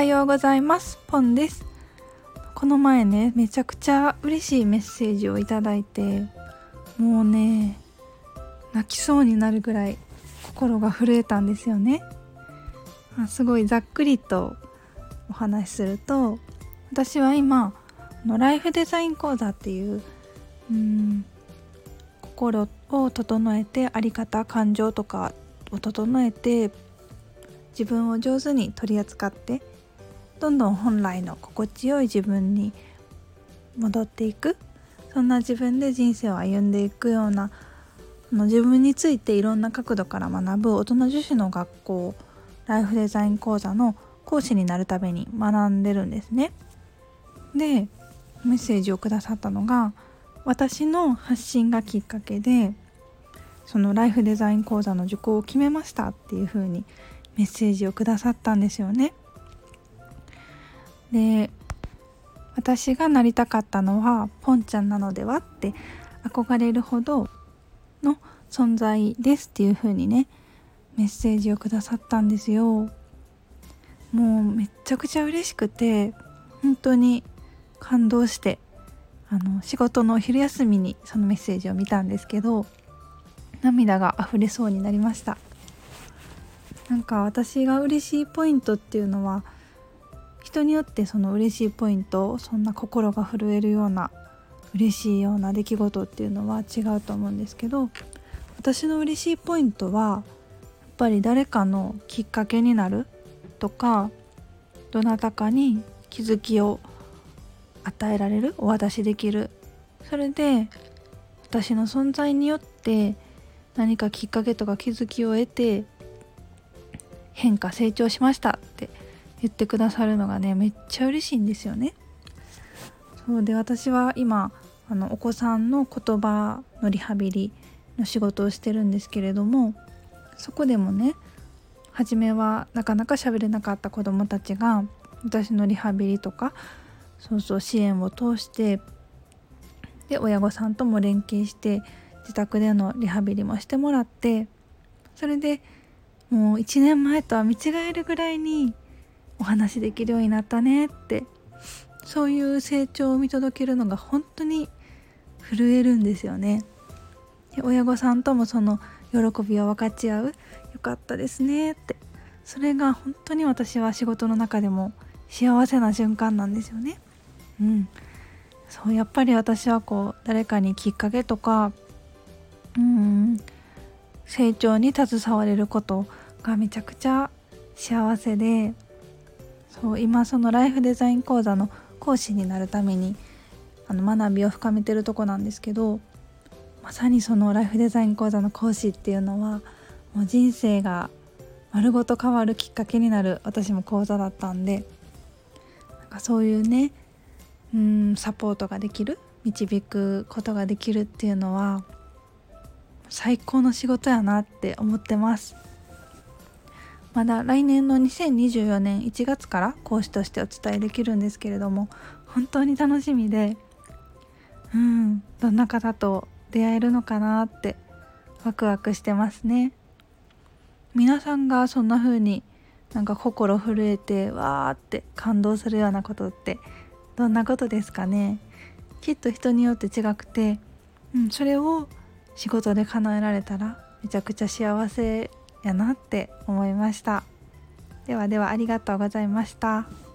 はようございます。ポンです。この前ね、めちゃくちゃ嬉しいメッセージをいただいて、もうね、泣きそうになるぐらい心が震えたんですよね。すごいざっくりとお話しすると、私は今ライフデザイン講座っていう心を整えて、あり方、感情とかを整えて、自分を上手に取り扱って、どんどん本来の心地よい自分に戻っていく、そんな自分で人生を歩んでいくような自分についていろんな角度から学ぶ大人女子の学校、ライフデザイン講座の講師になるために学んでるんですね。で、メッセージをくださったのが、私の発信がきっかけでそのライフデザイン講座の受講を決めましたっていう風にメッセージをくださったんですよね。で、私がなりたかったのはポンちゃんなのではって憧れるほどの存在ですっていう風にね、メッセージをくださったんですよ。もうめっちゃくちゃ嬉しくて、本当に感動して、仕事の昼休みにそのメッセージを見たんですけど、涙が溢れそうになりました。なんか私が嬉しいポイントっていうのは、人によってその嬉しいポイント、そんな心が震えるような嬉しいような出来事っていうのは違うと思うんですけど、私の嬉しいポイントはやっぱり誰かのきっかけになるとか、どなたかに気づきを与えられる、お渡しできる、それで私の存在によって何かきっかけとか気づきを得て変化成長しましたって言ってくださるのがね、めっちゃ嬉しいんですよね。そうで、私は今お子さんの言葉のリハビリの仕事をしてるんですけれども、そこでもね、初めはなかなか喋れなかった子どもたちが私のリハビリとか支援を通して、で親御さんとも連携して自宅でのリハビリもしてもらって、それでもう1年前とは見違えるぐらいにお話できるようになったねって、そういう成長を見届けるのが本当に震えるんですよね。で、親御さんともその喜びを分かち合う、よかったですねって、それが本当に私は仕事の中でも幸せな瞬間なんですよね。そうやっぱり私は誰かにきっかけとか成長に携われることがめちゃくちゃ幸せで、今そのライフデザイン講座の講師になるために学びを深めてるとこなんですけど、まさにそのライフデザイン講座の講師っていうのはもう人生が丸ごと変わるきっかけになる、私も講座だったんで、なんかそういうね、サポートができる、導くことができるっていうのは最高の仕事やなって思ってます。まだ来年の2024年1月から講師としてお伝えできるんですけれども、本当に楽しみで、どんな方と出会えるのかなってワクワクしてますね。皆さんがそんな風になんか心震えてわーって感動するようなことってどんなことですかね。きっと人によって違くて、それを仕事で叶えられたらめちゃくちゃ幸せやなって思いました。ではでは、ありがとうございました。